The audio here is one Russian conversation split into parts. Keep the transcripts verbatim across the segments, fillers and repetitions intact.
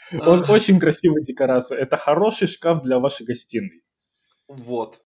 Он очень красивая декорация. Это хороший шкаф для вашей гостиной. Вот.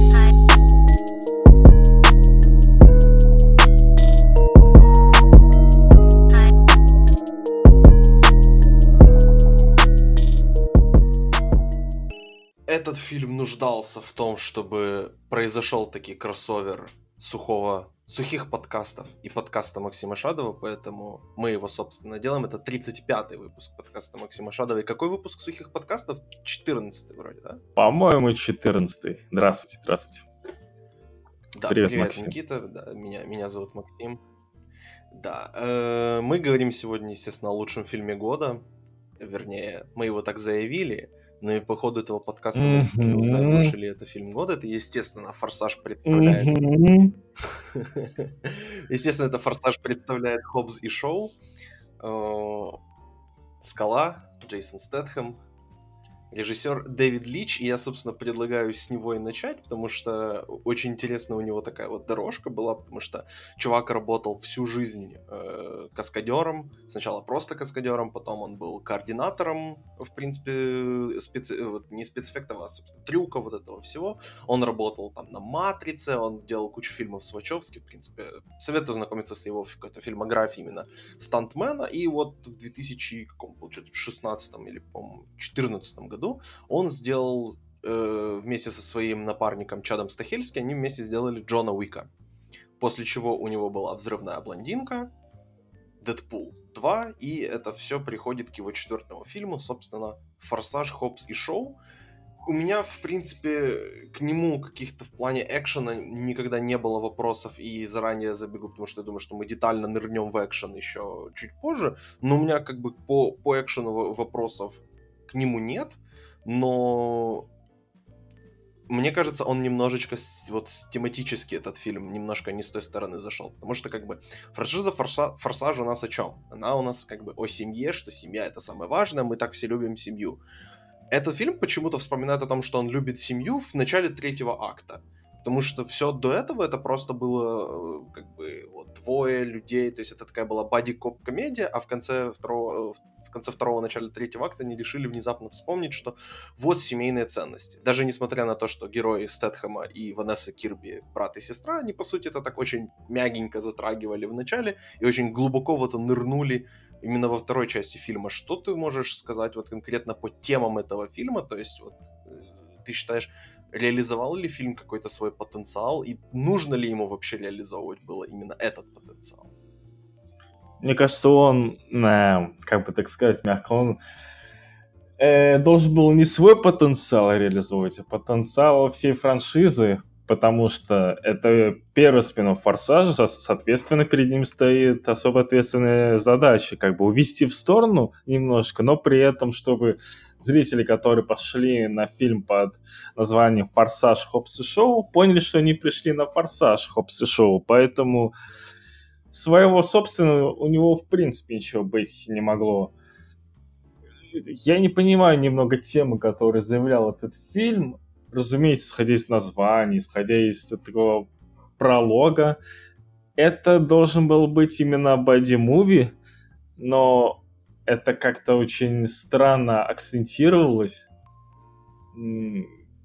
Этот фильм нуждался в том, чтобы произошел таки кроссовер сухого, сухих подкастов и подкаста Максима Шадова, поэтому мы его, собственно, делаем. Это тридцать пятый выпуск подкаста Максима Шадова. И какой выпуск сухих подкастов? четырнадцатый вроде, да? По-моему, четырнадцатый. Здравствуйте, здравствуйте. Да, привет, привет Максим. Никита. Да, меня, меня зовут Максим. Да, э, мы говорим сегодня, естественно, о лучшем фильме года. Вернее, мы его так заявили. Но и по ходу этого подкаста мы действительно узнаем, лучше ли это фильм года. Это, естественно, «Форсаж» представляет... Естественно, это «Форсаж» представляет Хоббс и Шоу. «Скала», Джейсон Стэтхэм, режиссер Дэвид Лич. И я, собственно, предлагаю с него и начать, потому что очень интересная у него такая вот дорожка была, потому что чувак работал всю жизнь э, каскадером. Сначала просто каскадером, потом он был координатором, в принципе, специ... вот, не спецэффектов, а, собственно, трюков вот этого всего. Он работал там на «Матрице», он делал кучу фильмов с Вачовски, в принципе. Советую знакомиться с его какой-то фильмографией именно стантмена. И вот в две тысячи шестнадцатом или, по-моему, две тысячи четырнадцатом году он сделал э, вместе со своим напарником Чадом Стахельски, они вместе сделали Джона Уика. После чего у него была «Взрывная блондинка», «Дэдпул два», и это все приходит к его четвертому фильму, собственно, «Форсаж, Хоббс и Шоу». У меня, в принципе, к нему каких-то в плане экшена никогда не было вопросов, и заранее забегу, потому что я думаю, что мы детально нырнем в экшен еще чуть позже, но у меня как бы по, по экшену вопросов к нему нет, но мне кажется, он немножечко вот тематически этот фильм немножко не с той стороны зашел, потому что как бы франшиза Форса, «Форсаж» у нас о чем? Она у нас как бы о семье, что семья — это самое важное, мы так все любим семью. Этот фильм почему-то вспоминает о том, что он любит семью в начале третьего акта. Потому что все до этого это просто было как бы вот, двое людей, то есть это такая была бадди-коп-комедия, а в конце второго, в конце второго, начале третьего акта они решили внезапно вспомнить, что вот семейные ценности. Даже несмотря на то, что герои Стэтхэма и Ванесса Кирби, брат и сестра, они, по сути, это так очень мягенько затрагивали в начале и очень глубоко в это нырнули именно во второй части фильма. Что ты можешь сказать вот конкретно по темам этого фильма? То есть вот ты считаешь, реализовал ли фильм какой-то свой потенциал, и нужно ли ему вообще реализовывать было именно этот потенциал? Мне кажется, он, э, как бы так сказать, мягко, он э, должен был не свой потенциал реализовывать, а потенциал всей франшизы, потому что это первый спин-офф «Форсажа», соответственно, перед ним стоит особо ответственная задача, как бы увести в сторону немножко, но при этом, чтобы зрители, которые пошли на фильм под названием «Форсаж, Хоббс и Шоу», поняли, что они пришли на «Форсаж, Хоббс и Шоу», поэтому своего собственного у него, в принципе, ничего быть не могло. Я не понимаю немного темы, которые заявлял этот фильм. Разумеется, исходя из названия, исходя из такого пролога, это должен был быть именно боди-муви, но это как-то очень странно акцентировалось. Ну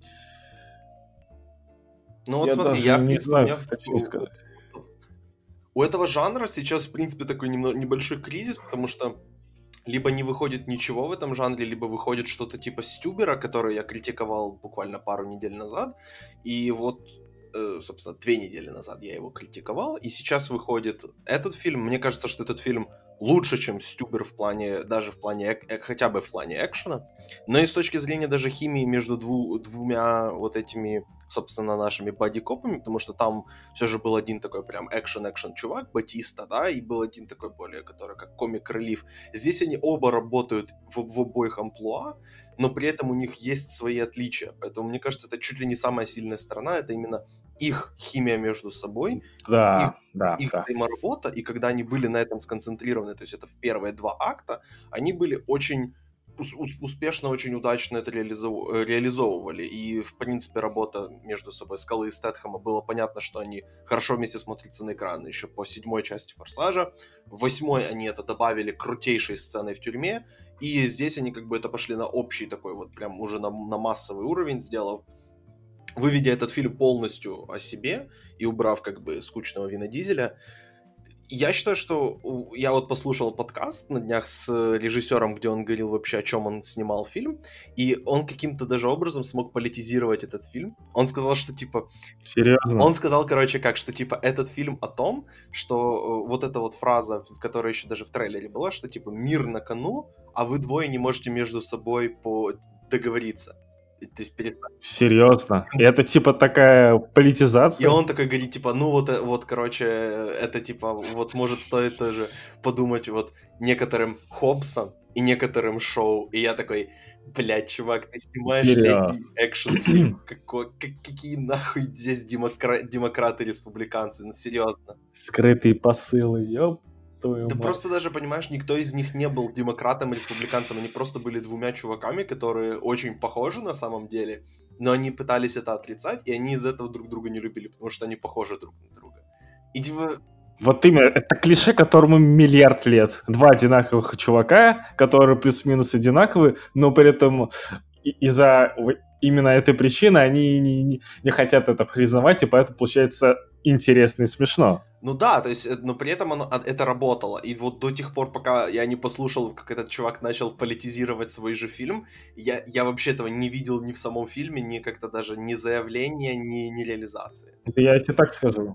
вот я смотри, даже я, в не принципе, знаю, у меня... как точнее сказать. У этого жанра сейчас, в принципе, такой немного, небольшой кризис, потому что либо не выходит ничего в этом жанре, либо выходит что-то типа «Стюбера», который я критиковал буквально пару недель назад. И вот, э, собственно, две недели назад я его критиковал. И сейчас выходит этот фильм. Мне кажется, что этот фильм лучше, чем «Стюбер» в плане, даже в плане, э, хотя бы в плане экшена. Но и с точки зрения даже химии между дву, двумя вот этими, собственно, нашими бодикопами, потому что там все же был один такой прям экшен-экшен чувак, Батиста, да, и был один такой более, который как комик-релив. Здесь они оба работают в, в обоих амплуа, но при этом у них есть свои отличия. Поэтому, мне кажется, это чуть ли не самая сильная сторона, это именно их химия между собой, Да, их, да, их да. взаиморабота, и когда они были на этом сконцентрированы, то есть это в первые два акта, они были очень успешно, очень удачно это реализов... реализовывали. И, в принципе, работа между собой Скалы и Стэтхэма, было понятно, что они хорошо вместе смотрятся на экране. Еще по седьмой части «Форсажа». В восьмой они это добавили крутейшей сценой в тюрьме. И здесь они как бы это пошли на общий такой вот, прям уже на, на массовый уровень, сделав, выведя этот фильм полностью о себе и убрав как бы скучного Вина Дизеля. Я считаю, что я вот послушал подкаст на днях с режиссером, где он говорил вообще, о чем он снимал фильм, и он каким-то даже образом смог политизировать этот фильм. Он сказал, что типа... Серьезно? Он сказал, короче, как, что типа этот фильм о том, что вот эта вот фраза, которая еще даже в трейлере была, что типа мир на кону, а вы двое не можете между собой по... договориться. То есть перестать. Серьезно? И это типа такая политизация? И он такой говорит, типа, ну вот, вот, короче, это типа, вот может стоит тоже подумать вот некоторым Хоббсом и некоторым Шоу. И я такой, блядь, чувак, ты снимаешь летний экшн-фильм, Какой, как, какие нахуй здесь демокра- демократы-республиканцы, ну серьезно. Скрытые посылы, ёп. Твою Ты мать. просто даже понимаешь, никто из них не был демократом, республиканцем, они просто были двумя чуваками, которые очень похожи на самом деле, но они пытались это отрицать, и они из этого друг друга не любили, потому что они похожи друг на друга. И типа... Вот именно, это клише, которому миллиард лет. Два одинаковых чувака, которые плюс-минус одинаковые, но при этом из-за именно этой причины они не, не, не хотят это признавать, и поэтому получается интересно и смешно. Ну да, то есть, но при этом оно, это работало. И вот до тех пор, пока я не послушал, как этот чувак начал политизировать свой же фильм, я, я вообще этого не видел ни в самом фильме, ни как-то даже ни заявления, ни, ни реализации. Я тебе так скажу.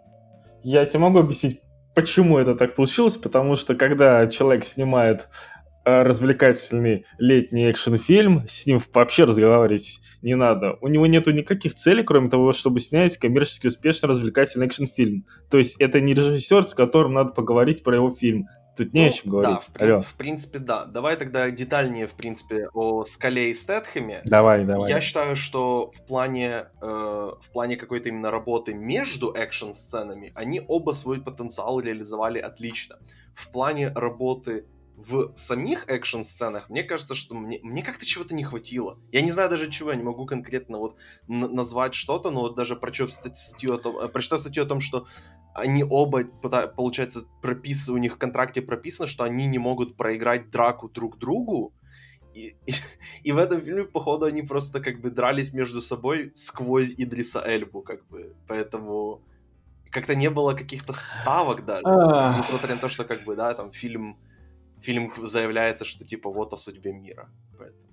Я тебе могу объяснить, почему это так получилось, потому что когда человек снимает развлекательный летний экшн-фильм, с ним вообще разговаривать не надо. У него нету никаких целей, кроме того, чтобы снять коммерчески успешный развлекательный экшн-фильм. То есть это не режиссер, с которым надо поговорить про его фильм. Тут не ну, о чем говорить. Да, в, при- в принципе, да. Давай тогда детальнее, в принципе, о Скале и Стэтхэме. Давай, давай. Я считаю, что в плане, э, в плане какой-то именно работы между экшн-сценами они оба свой потенциал реализовали отлично. В плане работы в самих экшн-сценах, мне кажется, что мне, мне как-то чего-то не хватило. Я не знаю даже чего, я не могу конкретно вот н- назвать что-то, но вот даже прочитав статью о том, прочитав статью о том, что они оба, получается, пропис... у них в контракте прописано, что они не могут проиграть драку друг другу, и, и, и в этом фильме, походу, они просто как бы дрались между собой сквозь Идриса Эльбу, как бы, поэтому как-то не было каких-то ставок даже, несмотря на то, что как бы, да, там фильм Фильм заявляется, что типа вот о судьбе мира. Поэтому.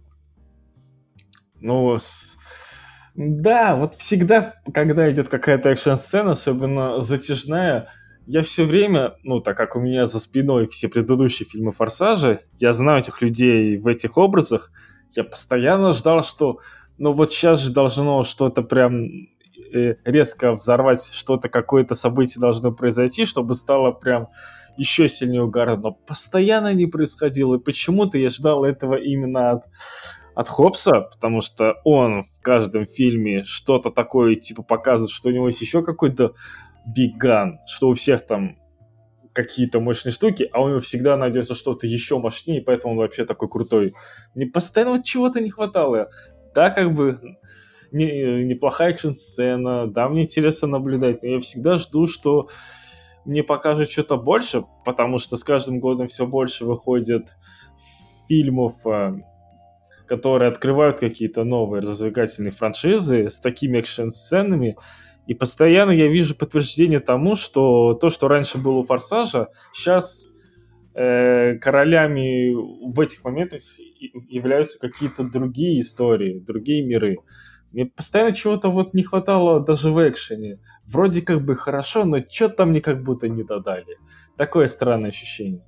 Ну, с... да, вот всегда, когда идет какая-то экшн-сцена, особенно затяжная, я все время, ну, так как у меня за спиной все предыдущие фильмы «Форсажа», я знаю этих людей в этих образах, я постоянно ждал, что, ну, вот сейчас же должно что-то прям э, резко взорвать, что-то, какое-то событие должно произойти, чтобы стало прям еще сильнее угара, но постоянно не происходило, и почему-то я ждал этого именно от, от Хоббса, потому что он в каждом фильме что-то такое, типа, показывает, что у него есть еще какой-то big gun, что у всех там какие-то мощные штуки, а у него всегда найдется что-то еще мощнее, поэтому он вообще такой крутой. Мне постоянно вот чего-то не хватало. Да, как бы не, неплохая экшн-сцена, да, мне интересно наблюдать, но я всегда жду, что мне покажут что-то больше, потому что с каждым годом все больше выходит фильмов, которые открывают какие-то новые развлекательные франшизы с такими экшн-сценами. И постоянно я вижу подтверждение тому, что то, что раньше было у «Форсажа», сейчас э, королями в этих моментах являются какие-то другие истории, другие миры. Мне постоянно чего-то вот не хватало даже в экшене. Вроде как бы хорошо, но что-то мне как будто не додали. Такое странное ощущение.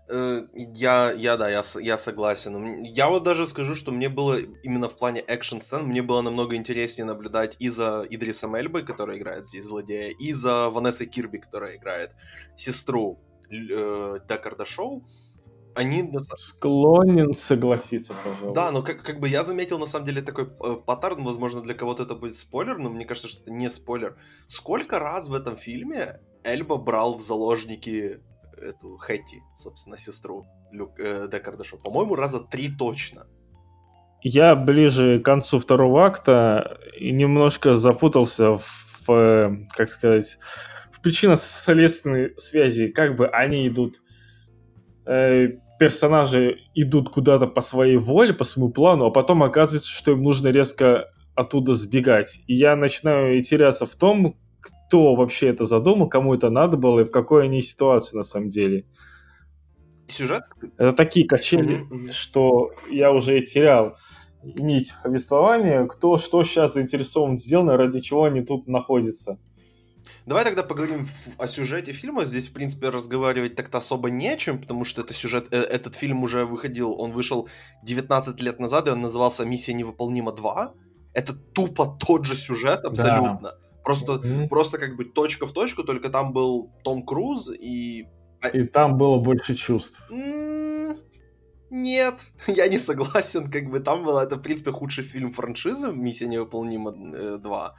Я, я, да, я, я согласен. Я вот даже скажу, что мне было именно в плане экшн-сцен, мне было намного интереснее наблюдать и за Идрисом Эльбой, который играет здесь злодея, и за Ванессой Кирби, которая играет сестру э, Декарда Шоу. Они... Склонен согласиться, пожалуй. Да, но как, как бы я заметил на самом деле такой э, паттерн, возможно, для кого-то это будет спойлер, но мне кажется, что это не спойлер. Сколько раз в этом фильме Эльба брал в заложники эту Хэтти, собственно, сестру Люк, э, Декарда Шоу? По-моему, раза три точно. Я ближе к концу второго акта и немножко запутался в, э, как сказать, в причинно-следственной связи. Как бы они идут... Э, персонажи идут куда-то по своей воле, по своему плану, а потом оказывается, что им нужно резко оттуда сбегать. И я начинаю теряться в том, кто вообще это задумал, кому это надо было и в какой они ситуации на самом деле. Сюжет? Это такие качели, mm-hmm. что я уже и терял нить повествования, кто что сейчас заинтересован сделано, ради чего они тут находятся. Давай тогда поговорим о сюжете фильма. Здесь, в принципе, разговаривать так-то особо не о чем, потому что это сюжет, э, этот фильм уже выходил, он вышел девятнадцать лет назад, и он назывался «Миссия невыполнима два». Это тупо тот же сюжет абсолютно. Да. Просто, mm-hmm. просто как бы точка в точку, только там был Том Круз и... И там было больше чувств. Mm-hmm. Нет, я не согласен, как бы там было, это, в принципе, худший фильм франшизы «Миссия невыполнима два»,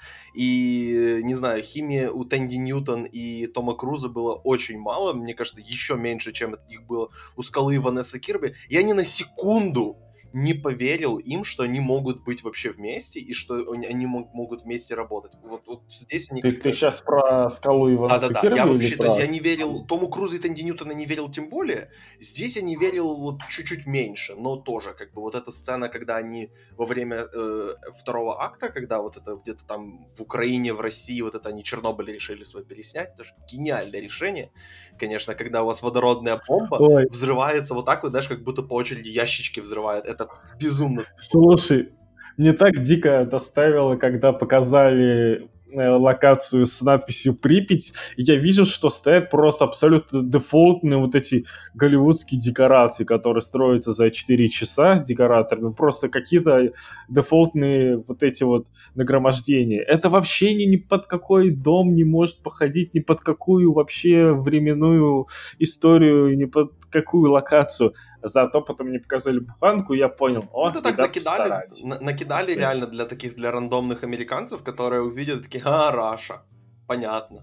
и, не знаю, химии у Тэнди Ньютон и Тома Круза было очень мало, мне кажется, еще меньше, чем их было у Скалы и Ванессы Кирби. Я ни на секунду не поверил им, что они могут быть вообще вместе, и что они могут вместе работать. Вот, вот здесь они... Ты, ты сейчас про Скалу и Ванессу Да-да-да, Кирби я или вообще, про... то есть я не верил, Тому Крузу и Тэнди Ньютона не верил тем более, здесь я не верил вот чуть-чуть меньше, но тоже, как бы, вот эта сцена, когда они во время э, второго акта, когда вот это где-то там в Украине, в России, вот это они Чернобыль решили свой переснять, это же гениальное решение, конечно, когда у вас водородная бомба Ой. взрывается вот так вот, знаешь, как будто по очереди ящички взрывает, это безумно. Слушай, мне так дико доставило, когда показали локацию с надписью «Припять», и я вижу, что стоят просто абсолютно дефолтные вот эти голливудские декорации, которые строятся за четыре часа декораторами, просто какие-то дефолтные вот эти вот нагромождения. Это вообще ни, ни под какой дом не может походить, ни под какую вообще временную историю, ни под какую локацию. Зато потом мне показали буханку, и я понял, о, это так накидали, на, накидали Все. реально для таких, для рандомных американцев, которые увидят, такие, а, Раша, понятно.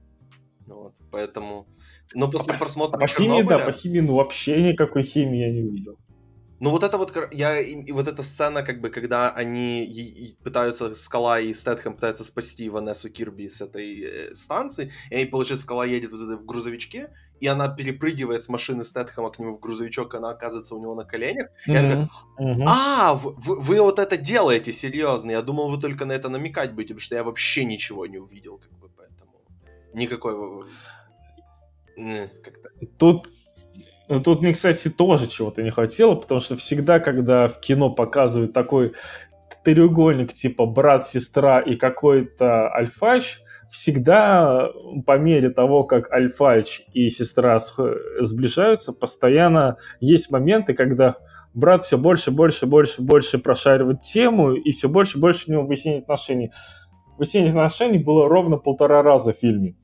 Вот, поэтому... Но после просмотра по Чернобыля... химии, да, по химии, ну, вообще никакой химии я не увидел. Ну, вот это вот, я, и вот эта сцена, как бы, когда они и, и пытаются, Скала и Стэтхэм пытаются спасти Ванессу Кирби с этой э, станции, и, получается, Скала едет вот это в грузовичке, и она перепрыгивает с машины Стэтхэма к нему в грузовичок, и она оказывается у него на коленях. Mm-hmm. Я такой, mm-hmm. а, вы, вы вот это делаете, серьезно, я думал, вы только на это намекать будете, потому что я вообще ничего не увидел, как бы, поэтому никакой... Как-то... Тут Ну, тут мне, кстати, тоже чего-то не хватило, потому что всегда, когда в кино показывают такой треугольник, типа брат, сестра и какой-то альфач, всегда по мере того, как альфач и сестра сближаются, постоянно есть моменты, когда брат все больше, больше, больше, больше прошаривает тему, и все больше, больше у него выяснение отношений. Выяснение отношений было ровно полтора раза в фильме.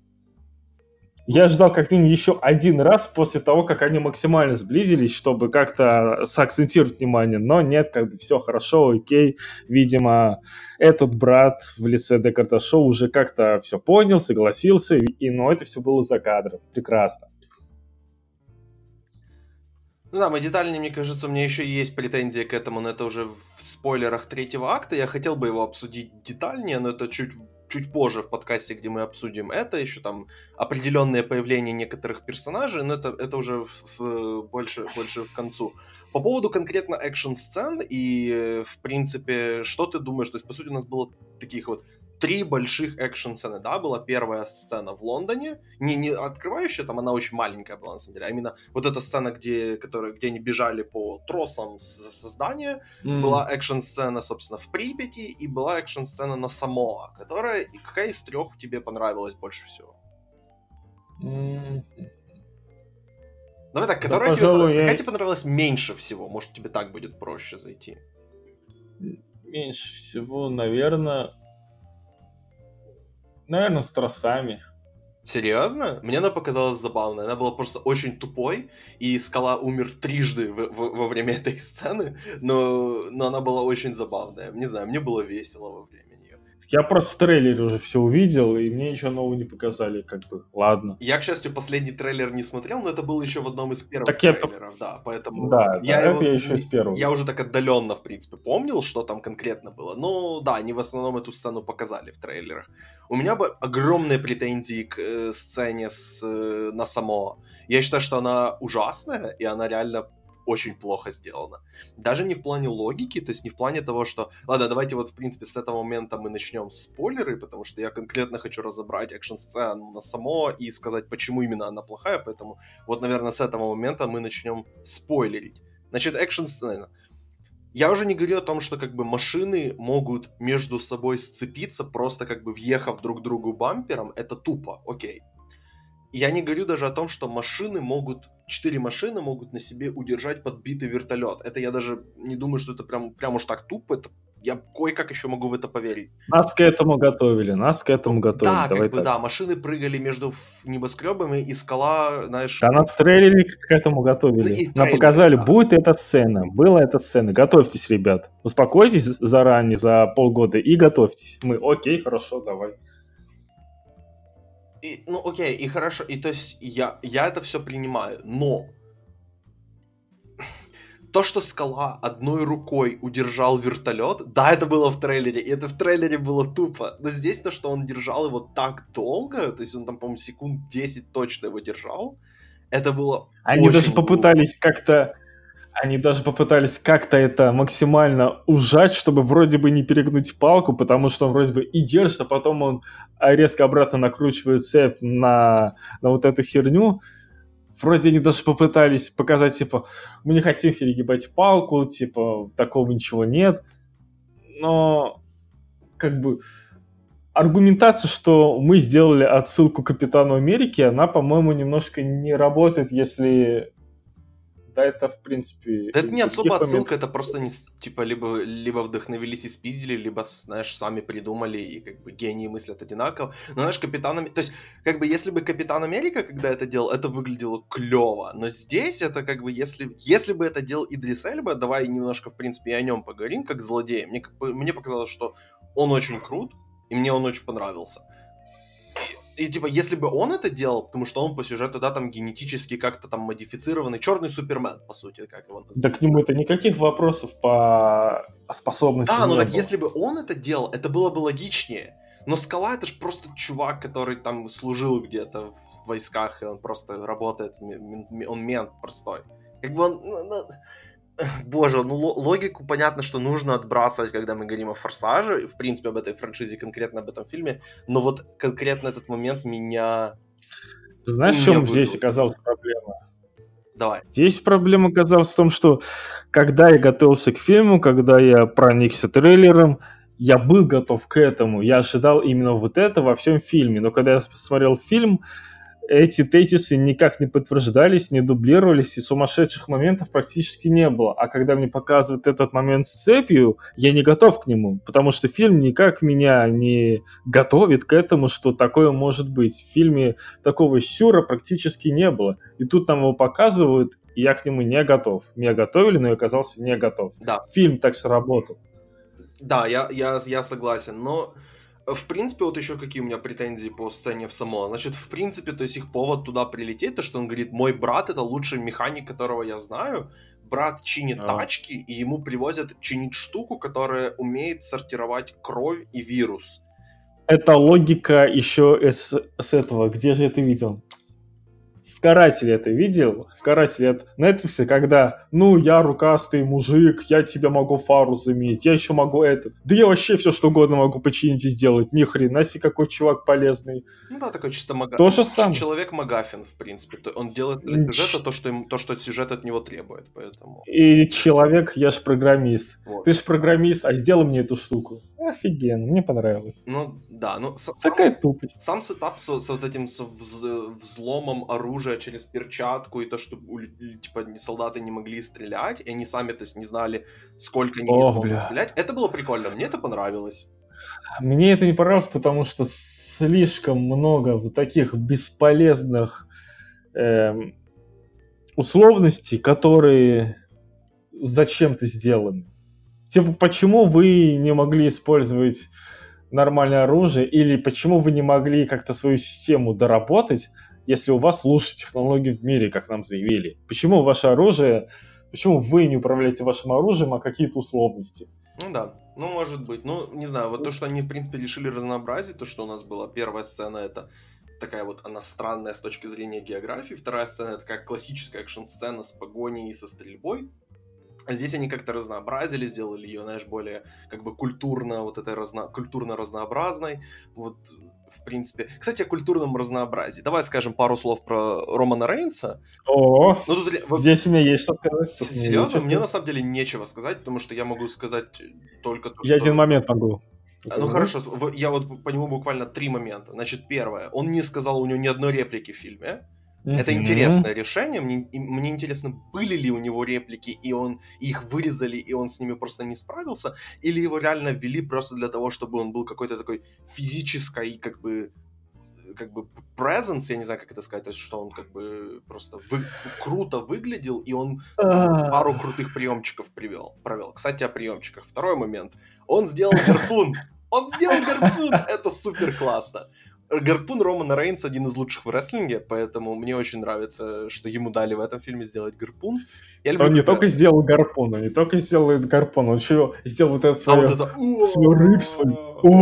Я ждал как минимум еще один раз после того, как они максимально сблизились, чтобы как-то сакцентировать внимание, но нет, как бы все хорошо, окей. Видимо, этот брат в лице Декарта Шоу уже как-то все понял, согласился, и, но это все было за кадром. Прекрасно. Ну да, мы детальнее, мне кажется, у меня еще есть претензии к этому, но это уже в спойлерах третьего акта. Я хотел бы его обсудить детальнее, но это чуть... чуть позже в подкасте, где мы обсудим это, еще там определенные появления некоторых персонажей, но это, это уже в, в, больше, больше к концу. По поводу конкретно экшн-сцен и, в принципе, что ты думаешь? То есть, по сути, у нас было таких вот три больших экшн-сцены, да, была первая сцена в Лондоне, не, не открывающая, там она очень маленькая была, на самом деле, а именно вот эта сцена, где, которая, где они бежали по тросам с, со здания, mm. была экшн-сцена, собственно, в Припяти, и была экшн-сцена на Самоа, которая, и какая из трех тебе понравилась больше всего? Mm. Давай так, которая, да, тебе, пожалуй, какая я... тебе понравилась меньше всего? Может, тебе так будет проще зайти? Меньше всего, наверное... Наверное, с тросами. Серьезно? Мне она показалась забавной. Она была просто очень тупой, и Скала умер трижды в, в, во время этой сцены, но, но она была очень забавная. Не знаю, мне было весело во время нее. Я просто в трейлере уже все увидел, и мне ничего нового не показали, как бы, ладно. Я, к счастью, последний трейлер не смотрел, но это был еще в одном из первых так трейлеров, я... да, поэтому... Да, я, да его... это я еще из первого. Я уже так отдаленно, в принципе, помнил, что там конкретно было, но да, они в основном эту сцену показали в трейлерах. У меня бы огромные претензии к э, сцене с, э, на Самоа. Я считаю, что она ужасная, и она реально очень плохо сделано. Даже не в плане логики, то есть не в плане того, что... Ладно, давайте вот, в принципе, с этого момента мы начнем спойлеры, потому что я конкретно хочу разобрать экшн-сцену на само и сказать, почему именно она плохая, поэтому вот, наверное, с этого момента мы начнем спойлерить. Значит, экшн-сцена. Я уже не говорю о том, что как бы машины могут между собой сцепиться, просто как бы въехав друг другу бампером, это тупо, окей. Я не говорю даже о том, что машины могут, четыре машины могут на себе удержать подбитый вертолет. Это я даже не думаю, что это прям, прям уж так тупо, это я кое-как еще могу в это поверить. Нас к этому готовили, нас к этому Ну, готовили. да, Давай как бы так. да, машины прыгали между ф- небоскребами, и скала, знаешь... Да нас в трейлере к этому Ну, готовили. и в Нам трейлере, показали, да. будет эта сцена, была эта сцена. Готовьтесь, ребят. Успокойтесь заранее, за полгода, и готовьтесь. Мы, окей, хорошо, давай. И, ну, окей, и хорошо, и то есть я, я это все принимаю, но то, что Скала одной рукой удержал вертолет, да, это было в трейлере, и это в трейлере было тупо, но здесь то, что он держал его так долго, то есть он там, по-моему, секунд десять точно его держал, это было Они очень даже глупо. попытались как-то... Они даже попытались как-то это максимально ужать, чтобы вроде бы не перегнуть палку, потому что он вроде бы и держит, а потом он резко обратно накручивает цепь на, на вот эту херню. Вроде они даже попытались показать, типа, мы не хотим перегибать палку, типа, такого ничего нет. Но, как бы, аргументация, что мы сделали отсылку к Капитану Америки, она, по-моему, немножко не работает, если... Да, это, в принципе... Да это не в особо таких отсылка, моментах- это просто не, с- типа либо, либо вдохновились и спиздили, либо, знаешь, сами придумали и как бы гении мыслят одинаково. Но знаешь, Капитан Америка... То есть, как бы, если бы Капитан Америка, когда это делал, это выглядело клево. Но здесь это как бы, если, если бы это делал Идрис Эльба, давай немножко, в принципе, и о нем поговорим, как злодей. Мне, как бы, мне показалось, что он очень крут, и мне он очень понравился. И, и, типа, если бы он это делал, потому что он по сюжету, да, там генетически как-то там модифицированный, черный Супермен, по сути, как его называют. Да к нему-то никаких вопросов по способности Да, ну не так было. если бы он это делал, это было бы логичнее. Но Скала — это ж просто чувак, который там служил где-то в войсках, и он просто работает, м- м- он мент простой. Как бы он... ну, ну, Боже, ну ло- логику понятно, что нужно отбрасывать, когда мы говорим о «Форсаже», и, в принципе, об этой франшизе, конкретно об этом фильме, но вот конкретно этот момент меня Знаешь, в не чем выбил здесь из оказалась фильма. проблема? Давай. Здесь проблема оказалась в том, что когда я готовился к фильму, когда я проникся трейлером, я был готов к этому. Я ожидал именно вот это во всем фильме. Но когда я посмотрел фильм, эти тезисы никак не подтверждались, не дублировались, и сумасшедших моментов практически не было. А когда мне показывают этот момент с цепью, я не готов к нему, потому что фильм никак меня не готовит к этому, что такое может быть. В фильме такого сюра практически не было. И тут нам его показывают, и я к нему не готов. Меня готовили, но я оказался не готов. Да. Фильм так сработал. Да, я, я, я согласен, но в принципе, вот еще какие у меня претензии по сцене в само. Значит, в принципе, то есть их повод туда прилететь, то, что он говорит, мой брат — это лучший механик, которого я знаю. Брат чинит А. тачки, и ему привозят чинить штуку, которая умеет сортировать кровь и вирус. Это логика еще с, с этого. Где же это видел? В «Карателе» это видел? В «Карателе» от Netflix, когда, ну, я рукастый мужик, я тебе могу фару заменить, я еще могу это. Да я вообще все что угодно могу починить и сделать. Ни хрена себе, какой чувак полезный. Ну да, такой чисто мага... То же самое. Человек Магафин, в принципе. То- Он делает для сюжета то, что, ему, то, что сюжет от него требует, поэтому... И человек, я ж программист. Вот. Ты ж программист, а сделай мне эту штуку. Офигенно, мне понравилось. Ну, да, ну... с- Такая сам... тупость. Сам сетап с, с вот этим с вз- взломом оружия через перчатку и то, что у лю- типа не- солдаты не могли стрелять, и они сами, то есть, не знали, сколько они не Ох, смогут бля. стрелять, это было прикольно, мне это понравилось. Мне это не понравилось, потому что слишком много вот таких бесполезных эм, условностей, которые зачем-то сделаны. Типа, почему вы не могли использовать нормальное оружие, или почему вы не могли как-то свою систему доработать, если у вас лучшие технологии в мире, как нам заявили? Почему ваше оружие, почему вы не управляете вашим оружием, а какие-то условности? Ну да, ну может быть, ну не знаю, вот то, что они в принципе решили разнообразить, то, что у нас была первая сцена, это такая вот, она странная с точки зрения географии. Вторая сцена — это такая классическая экшн-сцена с погоней и со стрельбой. А здесь они как-то разнообразили, сделали ее, знаешь, более как бы культурно, вот этой разно... культурно-разнообразной. Вот, в принципе... Кстати, о культурном разнообразии. Давай скажем пару слов про Романа Рейнса. О, ну, тут... здесь у меня есть что сказать. С- Серьезно? Мне на самом деле нечего сказать, потому что я могу сказать только то, Я что... один момент могу. Ну хорошо, я вот по нему буквально три момента. Значит, первое, он не сказал у него ни одной реплики в фильме. Это интересное решение. Мне, мне интересно, были ли у него реплики, и он их вырезали, и он с ними просто не справился, или его реально ввели просто для того, чтобы он был какой-то такой физической, как бы, как бы presence, я не знаю, как это сказать, то есть, что он как бы просто вы, круто выглядел, и он пару крутых приемчиков привел, провел. Кстати, о приемчиках. Второй момент. Он сделал гарпун. Он сделал гарпун. Это супер классно. Гарпун Романа Рейнса один из лучших в рестлинге, поэтому мне очень нравится, что ему дали в этом фильме сделать гарпун. Я люблю, он не когда... только сделал гарпун, он не только сделал гарпун, он еще сделал вот это свое... А вот это... свой рык свой.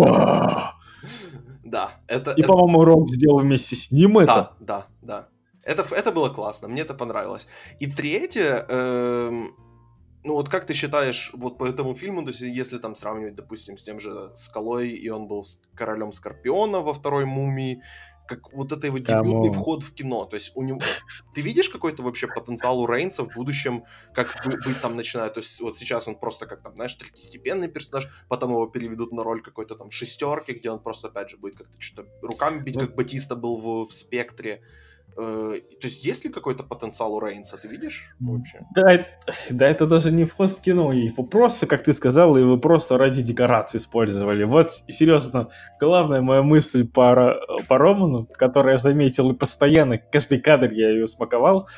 Да, это... И, это... по-моему, Рок сделал вместе с ним это. Да, да, да. Это, это было классно, мне это понравилось. И третье... Эм... Ну вот как ты считаешь, вот по этому фильму, то есть если там сравнивать, допустим, с тем же Скалой, и он был королем Скорпиона во второй Мумии, как вот это его дебютный Кому? вход в кино, то есть у него... Ты видишь какой-то вообще потенциал у Рейнса в будущем, как бы, быть там начиная, то есть вот сейчас он просто как там, знаешь, третьестепенный персонаж, потом его переведут на роль какой-то там шестерки, где он просто опять же будет как-то что-то руками бить, как Батиста был в, в «Спектре». То есть есть ли какой-то потенциал у Рейнса, ты видишь вообще? Да, да, это даже не вход в кино, его просто, как ты сказал, его просто ради декорации использовали. Вот, серьезно, главная моя мысль по, по Роману, которую я заметил и постоянно, каждый кадр я ее смаковал,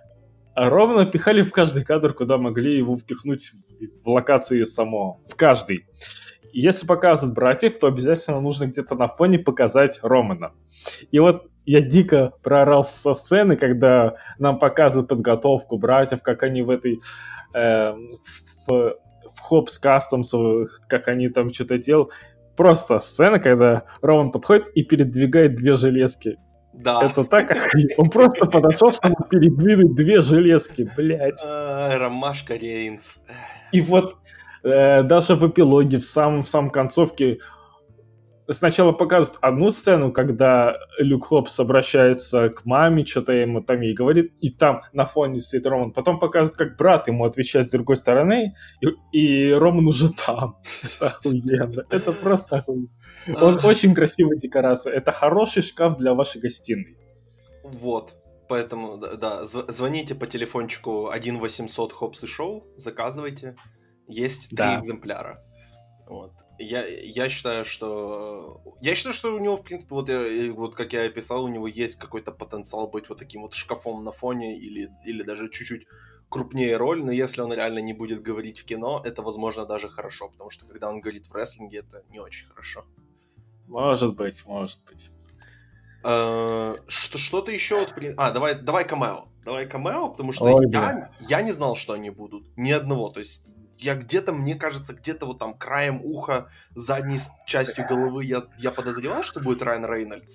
а Романа пихали в каждый кадр, куда могли его впихнуть в, в локации само, в каждый. Если показывают братьев, то обязательно нужно где-то на фоне показать Романа. И вот я дико проорал со сцены, когда нам показывают подготовку братьев, как они в этой... Э, в, в Hobbs Customs, как они там что-то делают. Просто сцена, когда Роман подходит и передвигает две железки. Да. Это так охуенно. Он просто подошел, чтобы передвинуть две железки, блядь. Ромашка Рейнс. И вот э, даже в эпилоге, в самом, в самом концовке, сначала показывают одну сцену, когда Люк Хопс обращается к маме, что-то ему там ей говорит, и там на фоне стоит Роман. Потом показывают, как брат ему отвечает с другой стороны, и, и Роман уже там. Это охуенно. Это просто охуенно. Он очень красивая декорация. Это хороший шкаф для вашей гостиной. Вот. Поэтому, да, звоните по телефончику один восемьсот Хопс и Шоу, заказывайте. Есть три да. экземпляра. Вот. Я, я считаю, что... Я считаю, что у него, в принципе, вот, я, вот как я описал, у него есть какой-то потенциал быть вот таким вот шкафом на фоне или, или даже чуть-чуть крупнее роль, но если он реально не будет говорить в кино, это, возможно, даже хорошо, потому что когда он говорит в рестлинге, это не очень хорошо. Может быть, может быть. Что, что-то еще вот... А, давай, давай камео. Давай камео, потому что Ой, я, я не знал, что они будут. Ни одного, то есть... Я где-то, мне кажется, где-то вот там краем уха, задней частью головы я, я подозревал, что будет Райан Рейнольдс.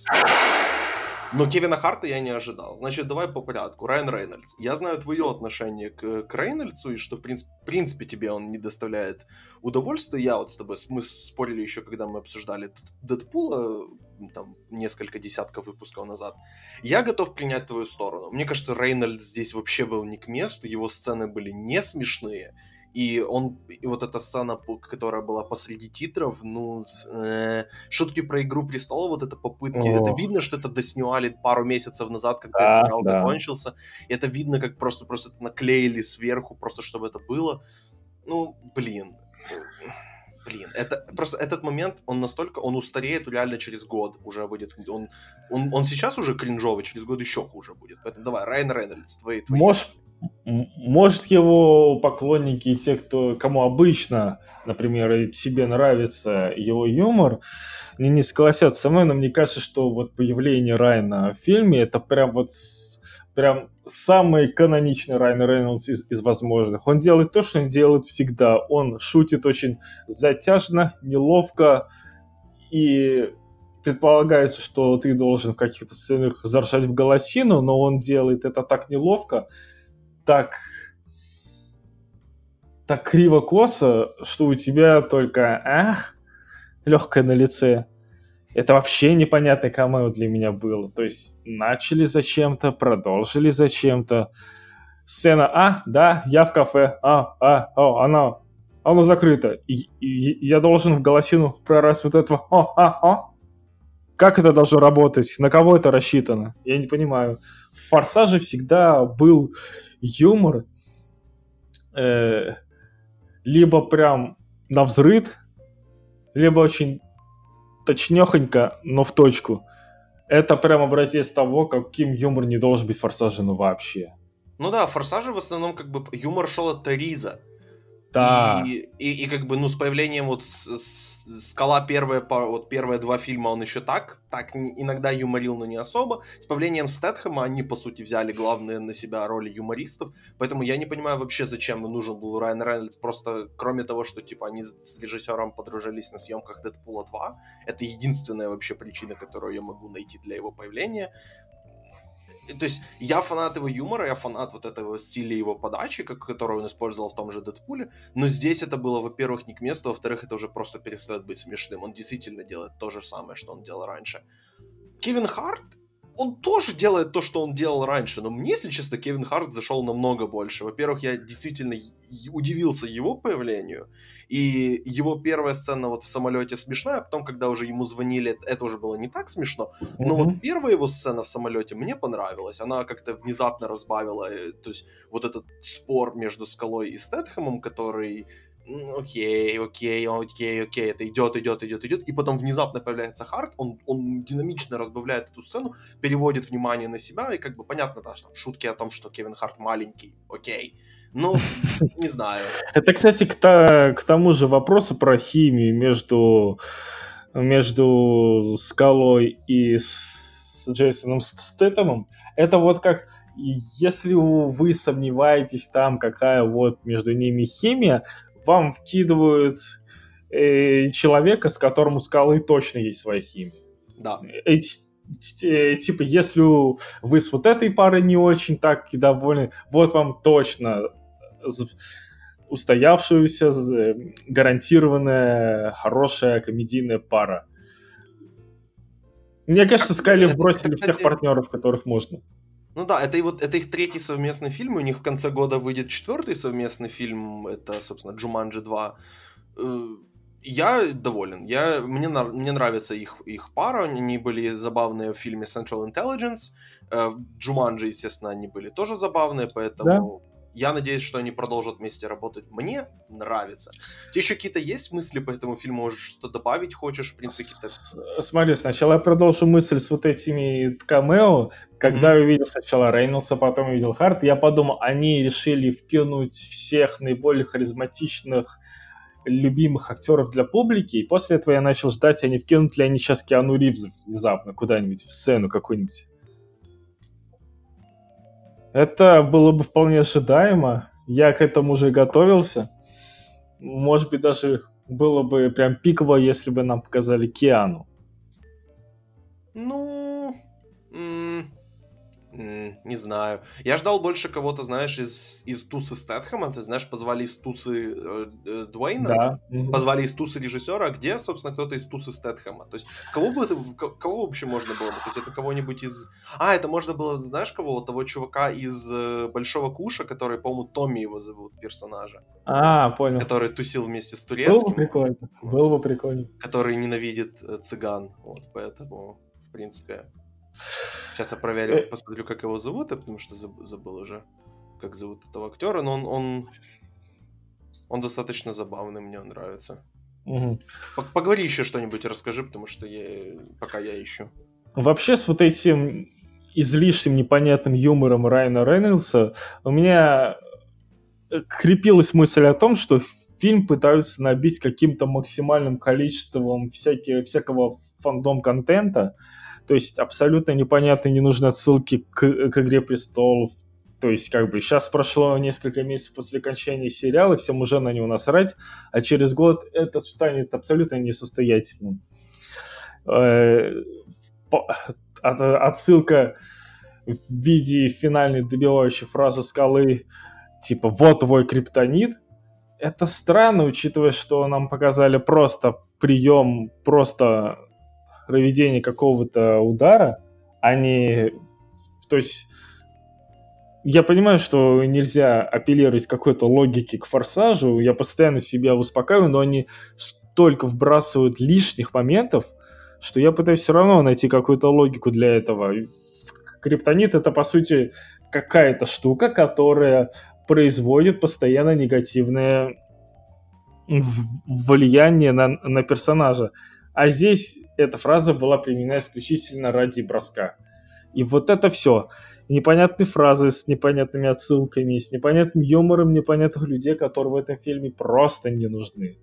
Но Кевина Харта я не ожидал. Значит, давай по порядку. Райан Рейнольдс. Я знаю твое отношение к, к Рейнольдсу, и что, в принципе, в принципе, тебе он не доставляет удовольствия. Я вот с тобой, мы спорили еще, когда мы обсуждали Дэдпула, там, несколько десятков выпусков назад. Я готов принять твою сторону. Мне кажется, Рейнольдс здесь вообще был не к месту, его сцены были не смешные. И он, и вот эта сцена, которая была посреди титров, ну, э, шутки про «Игру престолов», вот это попытки, О. это видно, что это доснимали пару месяцев назад, когда да, сериал да. закончился. И это видно, как просто, просто это наклеили сверху, просто чтобы это было. Ну, блин. Блин, это просто этот момент, он настолько, он устареет реально через год уже будет. Он, он, он сейчас уже кринжовый, через год еще хуже будет. Поэтому давай, Райан Рейнольдс, твои, твои Может... Может, его поклонники и те, кто, кому обычно, например, себе нравится его юмор, не, не согласятся со мной, но мне кажется, что вот появление Райана в фильме это прям вот прям самый каноничный Райан Рейнольдс из, из возможных. Он делает то, что он делает всегда. Он шутит очень затяжно, неловко и предполагается, что ты должен в каких-то сценах заржать в голосину, но он делает это так неловко, так, так криво-косо, что у тебя только ах, легкое на лице. Это вообще непонятный камео для меня было. То есть начали зачем-то, продолжили зачем-то. Сцена А, да, я в кафе. А, а, о, оно, оно закрыто. И, и я должен в голосину прорать вот этого О, а, о. Как это должно работать? На кого это рассчитано? Я не понимаю. В «Форсаже» всегда был юмор э, либо прям навзрыд, либо очень точнёхонько, но в точку. Это прям образец того, каким юмор не должен быть в «Форсаже», ну вообще. Ну да, в «Форсаже» в основном как бы юмор шел от Риза. Да. И, и, и как бы, ну, с появлением вот с, с, «Скала» первые, вот первые два фильма он еще так, так иногда юморил, но не особо. С появлением Стэтхэма они, по сути, взяли главные на себя роли юмористов. Поэтому я не понимаю вообще, зачем нужен был Райан Рейнольдс. Просто кроме того, что, типа, они с режиссером подружились на съемках «Дэдпула два». Это единственная вообще причина, которую я могу найти для его появления. То есть я фанат его юмора, я фанат вот этого стиля его подачи, как, которую он использовал в том же «Дэдпуле», но здесь это было, во-первых, не к месту, во-вторых, это уже просто перестает быть смешным. Он действительно делает то же самое, что он делал раньше. Кевин Харт, он тоже делает то, что он делал раньше, но мне, если честно, Кевин Харт зашел намного больше. Во-первых, я действительно удивился его появлению, и его первая сцена вот в самолете смешная, а потом, когда уже ему звонили, это уже было не так смешно, но mm-hmm. вот первая его сцена в самолете мне понравилась, она как-то внезапно разбавила, то есть вот этот спор между Скалой и Стэтхэмом, который... окей, окей, окей, окей, это идет, идет, идет, идет, и потом внезапно появляется Харт, он, он динамично разбавляет эту сцену, переводит внимание на себя, и как бы понятно, да, что шутки о том, что Кевин Харт маленький, окей, ну, не знаю. Это, кстати, к, та, к тому же вопросу про химию между, между Скалой и с Джейсоном Стэтхэмом, это вот как, если вы сомневаетесь там, какая вот между ними химия, вам вкидывают э, человека, с которым у Скалы точно есть своя химия. Да. Э, э, типа, если вы с вот этой парой не очень так и довольны, вот вам точно устоявшаяся, гарантированная, хорошая комедийная пара. Мне кажется, Скайле бросили это, всех это... партнеров, которых можно. Ну да, это, и вот, это их третий совместный фильм, у них в конце года выйдет четвертый совместный фильм, это, собственно, «Джуманджи два». Я доволен, я, мне, мне нравится их, их пара, они были забавные в фильме Central Intelligence, в «Джуманджи», естественно, они были тоже забавные, поэтому... Да. Я надеюсь, что они продолжат вместе работать. Мне нравится. У тебя еще какие-то есть мысли по этому фильму? Может, что-то добавить хочешь? В принципе, какие-то... Смотри, сначала я продолжу мысль с вот этими камео. Когда mm-hmm. я увидел сначала Рейнольдса, потом увидел Харт, я подумал, они решили вкинуть всех наиболее харизматичных, любимых актеров для публики, и после этого я начал ждать, они вкинут ли они сейчас Киану Ривза внезапно куда-нибудь в сцену какую-нибудь. Это было бы вполне ожидаемо. Я к этому уже готовился. Может быть, даже было бы прям пиково, если бы нам показали Киану. Ну, м- м- не знаю. Я ждал больше кого-то, знаешь, из, из тусы Стэтхэма. Ты знаешь, позвали из тусы э, э, Дуэйна. Да. Позвали из тусы режиссера. А где, собственно, кто-то из тусы Стэтхэма? То есть, кого бы это, кого вообще можно было бы? То есть, это кого-нибудь из... А, это можно было, знаешь, кого? Того чувака из э, Большого Куша, который, по-моему, Томми его зовут, персонажа. А, понял. Который тусил вместе с турецким. Было бы прикольно. Было бы прикольно. Который ненавидит э, цыган. Вот, поэтому, в принципе... Сейчас я проверю, посмотрю, как его зовут, потому что забыл уже, как зовут этого актера, но он, он, он достаточно забавный, мне он нравится. Угу. Поговори еще что-нибудь, расскажи, потому что я, пока я ищу. Вообще, с вот этим излишним непонятным юмором Райана Рейнольдса у меня крепилась мысль о том, что фильм пытаются набить каким-то максимальным количеством всякие, всякого фандом-контента. То есть абсолютно непонятные, ненужные отсылки к, к «Игре престолов». То есть как бы сейчас прошло несколько месяцев после окончания сериала, всем уже на него насрать, а через год это станет абсолютно несостоятельным. э, по, от, отсылка в виде финальной добивающей фразы Скалы, типа «вот твой криптонит». Это странно, учитывая, что нам показали просто прием, просто проведение какого-то удара, а не... То есть я понимаю, что нельзя апеллировать к какой-то логике, к форсажу, я постоянно себя успокаиваю, но они столько вбрасывают лишних моментов, что я пытаюсь все равно найти какую-то логику для этого. Криптонит — это, по сути, какая-то штука, которая производит постоянно негативное влияние на, на персонажа. А здесь эта фраза была применена исключительно ради броска. И вот это все. Непонятные фразы с непонятными отсылками, с непонятным юмором непонятных людей, которые в этом фильме просто не нужны.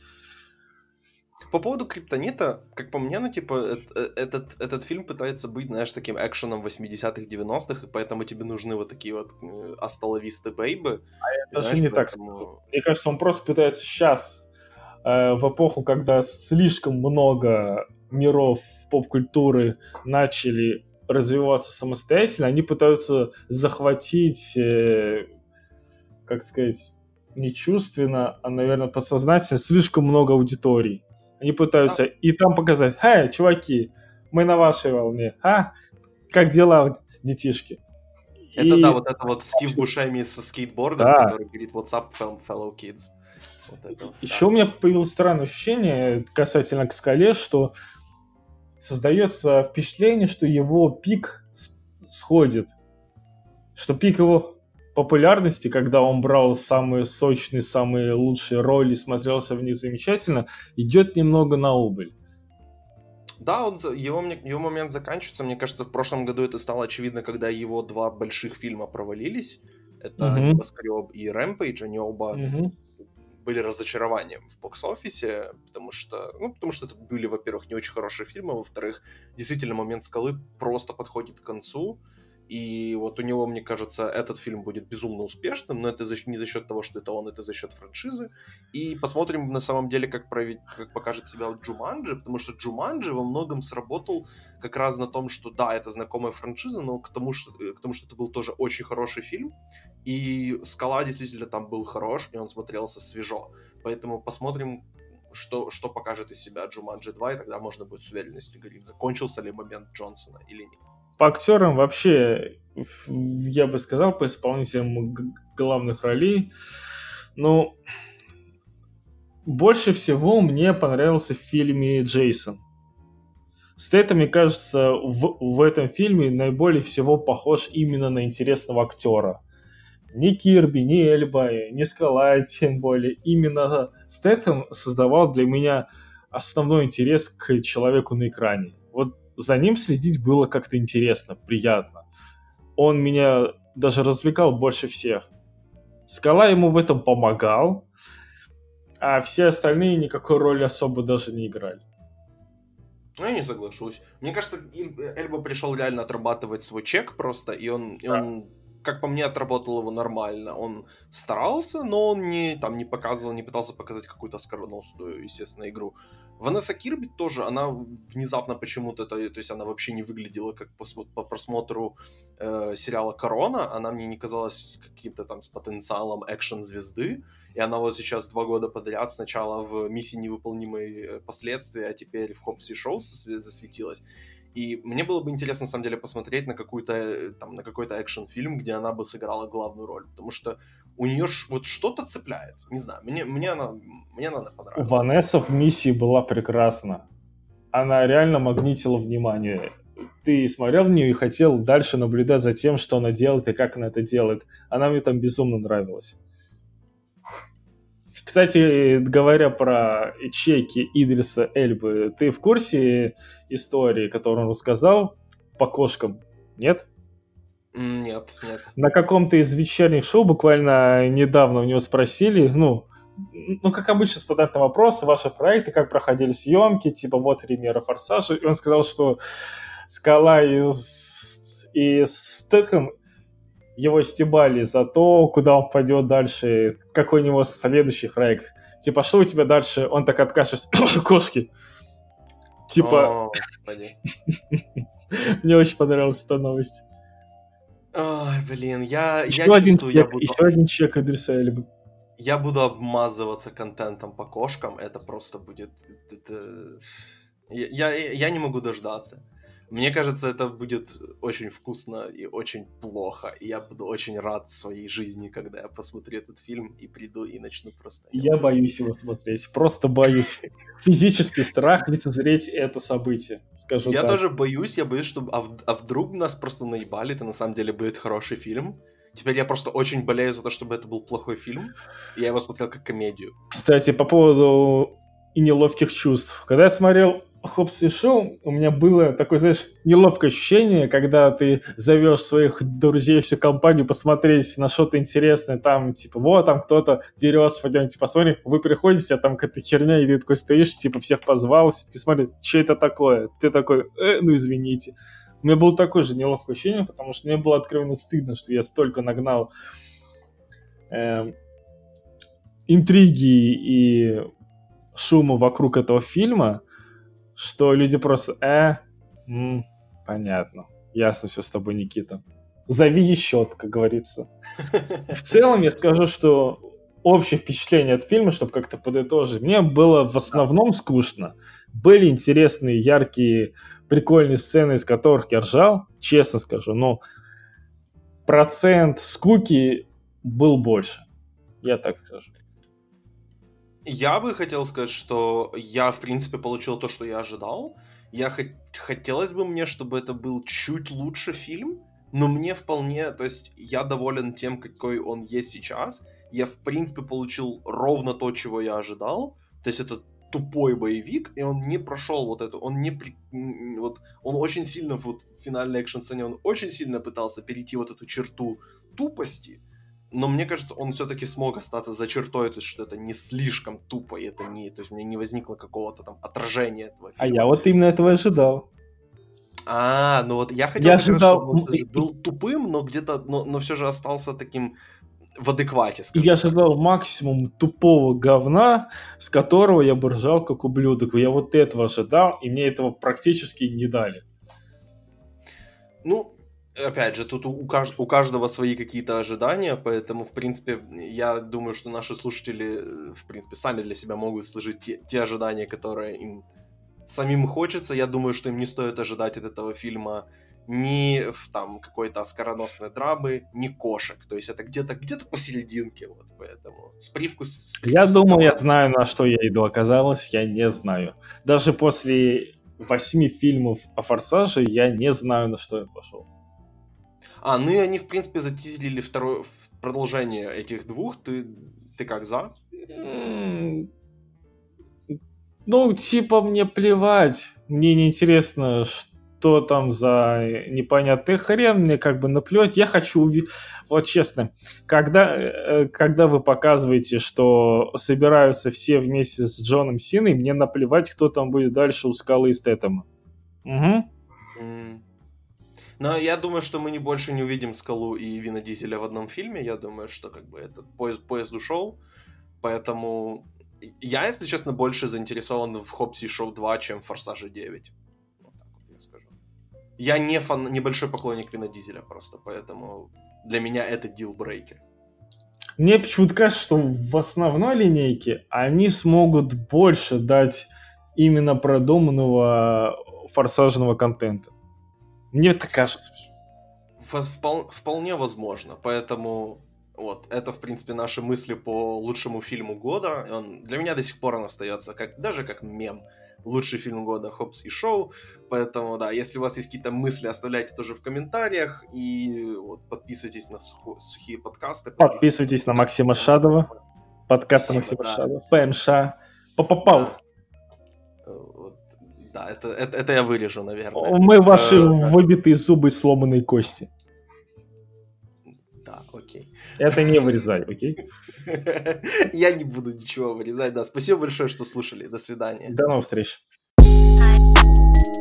По поводу криптонита, как по мне, ну, типа, этот, этот фильм пытается быть, знаешь, таким экшеном восьмидесятых, девяностых, и поэтому тебе нужны вот такие вот асталовисты бейбы. А я даже знаешь, не поэтому... так скажу. Мне кажется, он просто пытается сейчас, э, в эпоху, когда слишком много миров поп-культуры начали развиваться самостоятельно, они пытаются захватить, э, как сказать, не чувственно, а, наверное, подсознательно слишком много аудиторий. Они пытаются а. и там показать: «Эй, чуваки, мы на вашей волне, а? Как дела, детишки?» Это и... да, вот это вот Стив Бушеми со скейтбордом, да. который говорит «What's up, fellow kids?» Вот это, Еще да. у меня появилось странное ощущение касательно к Скале, что создается впечатление, что его пик сходит. Что пик его популярности, когда он брал самые сочные, самые лучшие роли, смотрелся в них замечательно, идет немного на убыль. Да, он, его, его момент заканчивается. Мне кажется, в прошлом году это стало очевидно, когда его два больших фильма провалились. Это угу. «Небоскреб» и «Рэмпейдж». Они оба угу. были разочарованием в бокс-офисе, потому что, ну, потому что это были, во-первых, не очень хорошие фильмы, а во-вторых, действительно, момент «Скалы» просто подходит к концу. И вот у него, мне кажется, этот фильм будет безумно успешным, но это не за счет того, что это он, это за счет франшизы. И посмотрим на самом деле, как, провед... как покажет себя Джуманджи, потому что Джуманджи во многом сработал как раз на том, что да, это знакомая франшиза, но к тому, что, к тому, что это был тоже очень хороший фильм. И «Скала» действительно там был хорош, и он смотрелся свежо. Поэтому посмотрим, что, что покажет из себя Джуманджи два, и тогда можно будет с уверенностью говорить, закончился ли момент Джонсона или нет. По актерам вообще, я бы сказал, по исполнителям г- главных ролей, ну, больше всего мне понравился в фильме «Джейсон». Стэйтем, мне кажется, в, в этом фильме наиболее всего похож именно на интересного актера. Ни Кирби, ни Эльба, ни Скала, тем более. Именно Стэйтем создавал для меня основной интерес к человеку на экране. Вот за ним следить было как-то интересно, приятно. Он меня даже развлекал больше всех. Скала ему в этом помогал, а все остальные никакой роли особо даже не играли. Ну, я не соглашусь. Мне кажется, Эльба пришел реально отрабатывать свой чек просто, и он, и он как по мне, отработал его нормально. Он старался, но он не, там, не показывал, не пытался показать какую-то оскароносную, естественно, игру. Ванесса Кирби тоже, она внезапно почему-то, то, то есть она вообще не выглядела как по, по просмотру э, сериала «Корона», она мне не казалась каким-то там с потенциалом экшн-звезды, и она вот сейчас два года подряд сначала в «Миссии невыполнимые последствия», а теперь в «Хопс и Шоу» засветилась. И мне было бы интересно, на самом деле, посмотреть на, какую-то, там, на какой-то экшн-фильм, где она бы сыграла главную роль, потому что у нее ш- вот что-то цепляет. Не знаю, мне, мне, она, мне она понравилась. Ванесса в «Миссии» была прекрасна. Она реально магнитила внимание. Ты смотрел в нее и хотел дальше наблюдать за тем, что она делает и как она это делает. Она мне там безумно нравилась. Кстати, говоря про чеки Идриса Эльбы, ты в курсе истории, которую он рассказал по кошкам? Нет? Нет, нет. На каком-то из вечерних шоу буквально недавно у него спросили, ну, ну, как обычно, стандартный вопрос, ваши проекты, как проходили съемки, типа, вот премьера «Форсажа», и он сказал, что Скала и, и Стэтхэм его стебали за то, куда он пойдет дальше, какой у него следующий проект. Типа, что у тебя дальше? Он так откашляется, кошки. Типа, О, господи. мне очень понравилась эта новость. Ой, блин, я, я Еще один чувствую, я чек, буду, еще один чек адреса Эльбы. я буду обмазываться контентом по кошкам, это просто будет... это- Я, я, я не могу дождаться. Мне кажется, это будет очень вкусно и очень плохо, и я буду очень рад своей жизни, когда я посмотрю этот фильм и приду и начну просто... Я боюсь его смотреть. Просто боюсь. Физический страх лицезреть это событие. Скажу Я так. тоже боюсь, я боюсь, что... А, в- а вдруг нас просто наебали, это на самом деле будет хороший фильм? Теперь я просто очень болею за то, чтобы это был плохой фильм, и я его смотрел как комедию. Кстати, по поводу и неловких чувств. Когда я смотрел Хоббс и Шоу, у меня было такое, знаешь, неловкое ощущение, когда ты зовешь своих друзей, всю компанию посмотреть на что-то интересное, там, типа, вот, там кто-то дерется, пойдемте посмотрим, вы приходите, а там какая-то херня, и ты такой стоишь, типа, всех позвал, все таки смотрят, что это такое? Ты такой, э, ну извините. У меня было такое же неловкое ощущение, потому что мне было откровенно стыдно, что я столько нагнал эм, интриги и шума вокруг этого фильма, что люди просто, э, м, понятно, ясно все с тобой, Никита. Зови еще, как говорится. В целом я скажу, что общее впечатление от фильма, чтобы как-то подытожить, мне было в основном скучно. Были интересные, яркие, прикольные сцены, из которых я ржал, честно скажу, но процент скуки был больше. Я так скажу. Я бы хотел сказать, что я, в принципе, получил то, что я ожидал. Я хот- Хотелось бы мне, чтобы это был чуть лучше фильм, но мне вполне, то есть я доволен тем, какой он есть сейчас. Я, в принципе, получил ровно то, чего я ожидал. То есть это тупой боевик, и он не прошел вот это, он не при- м, вот он очень сильно вот в финальной экшн-сцене он очень сильно пытался перейти вот эту черту тупости. Но мне кажется, он все-таки смог остаться за чертой, то есть что это не слишком тупо, и это не, то есть у меня не возникло какого-то там отражения этого А фильма. я вот именно этого ожидал. А, ну вот я хотел Я как раз, чтобы ожидал, он м, всё же и- был тупым, но где-то, но, но все же остался таким в адеквате, и скажем я так. ожидал максимум тупого говна, с которого я бы ржал как ублюдок. Я вот этого ожидал, и мне этого практически не дали. Ну, опять же, тут у, у кажд- у каждого свои какие-то ожидания, поэтому, в принципе, я думаю, что наши слушатели, э, в принципе, сами для себя могут сложить те, те ожидания, которые им самим хочется. Я думаю, что им не стоит ожидать от этого фильма ни в там какой-то оскароносной драмы, ни кошек. То есть это где-то где-то посерединке, вот, поэтому с, привкус, с Я привкусом думал, я команды. знаю, на что я иду. Оказалось, я не знаю. Даже после восьми фильмов о «Форсаже» я не знаю, на что я пошел. А, ну и они, в принципе, затизерили второе в- продолжение этих двух. Ты, ты как, за? М, Ну, типа, мне плевать. Мне не интересно, что там за непонятный хрен. Мне как бы наплевать. Я хочу увидеть... Вот честно, когда, э, когда вы показываете, что собираются все вместе с Джоном Синой, мне наплевать, кто там будет дальше у Скалы и Стэтэма. Угу. М. Но я думаю, что мы не больше не увидим Скалу и Вина Дизеля в одном фильме. Я думаю, что как бы этот поезд, поезд ушел. Поэтому я, если честно, больше заинтересован в Хоббсе и Шоу два, чем в Форсаже девять. Вот так вот я скажу. Я не фан, небольшой поклонник Вина Дизеля просто, поэтому для меня это дилбрейкер. Мне почему-то кажется, что в основной линейке они смогут больше дать именно продуманного форсажного контента. Мне так кажется. Впол- вполне возможно, поэтому вот, это, в принципе, наши мысли по лучшему фильму года. Он, для меня до сих пор он остается как, даже как мем. Лучший фильм года Хоббс и Шоу. Поэтому, да, если у вас есть какие-то мысли, оставляйте тоже в комментариях. И вот, подписывайтесь на сухо- сухие подкасты. Подписывайтесь на Максима Шадова. Подкаст Максима да. Шадова. ПМШ. Попапау. Да. Вот, да, это, это, это я вырежу, наверное. Мы ваши Э, выбитые зубы и сломанные кости. Да, окей. Это не вырезай, окей? Я не буду ничего вырезать. Да, спасибо большое, что слушали. До свидания. До новых встреч.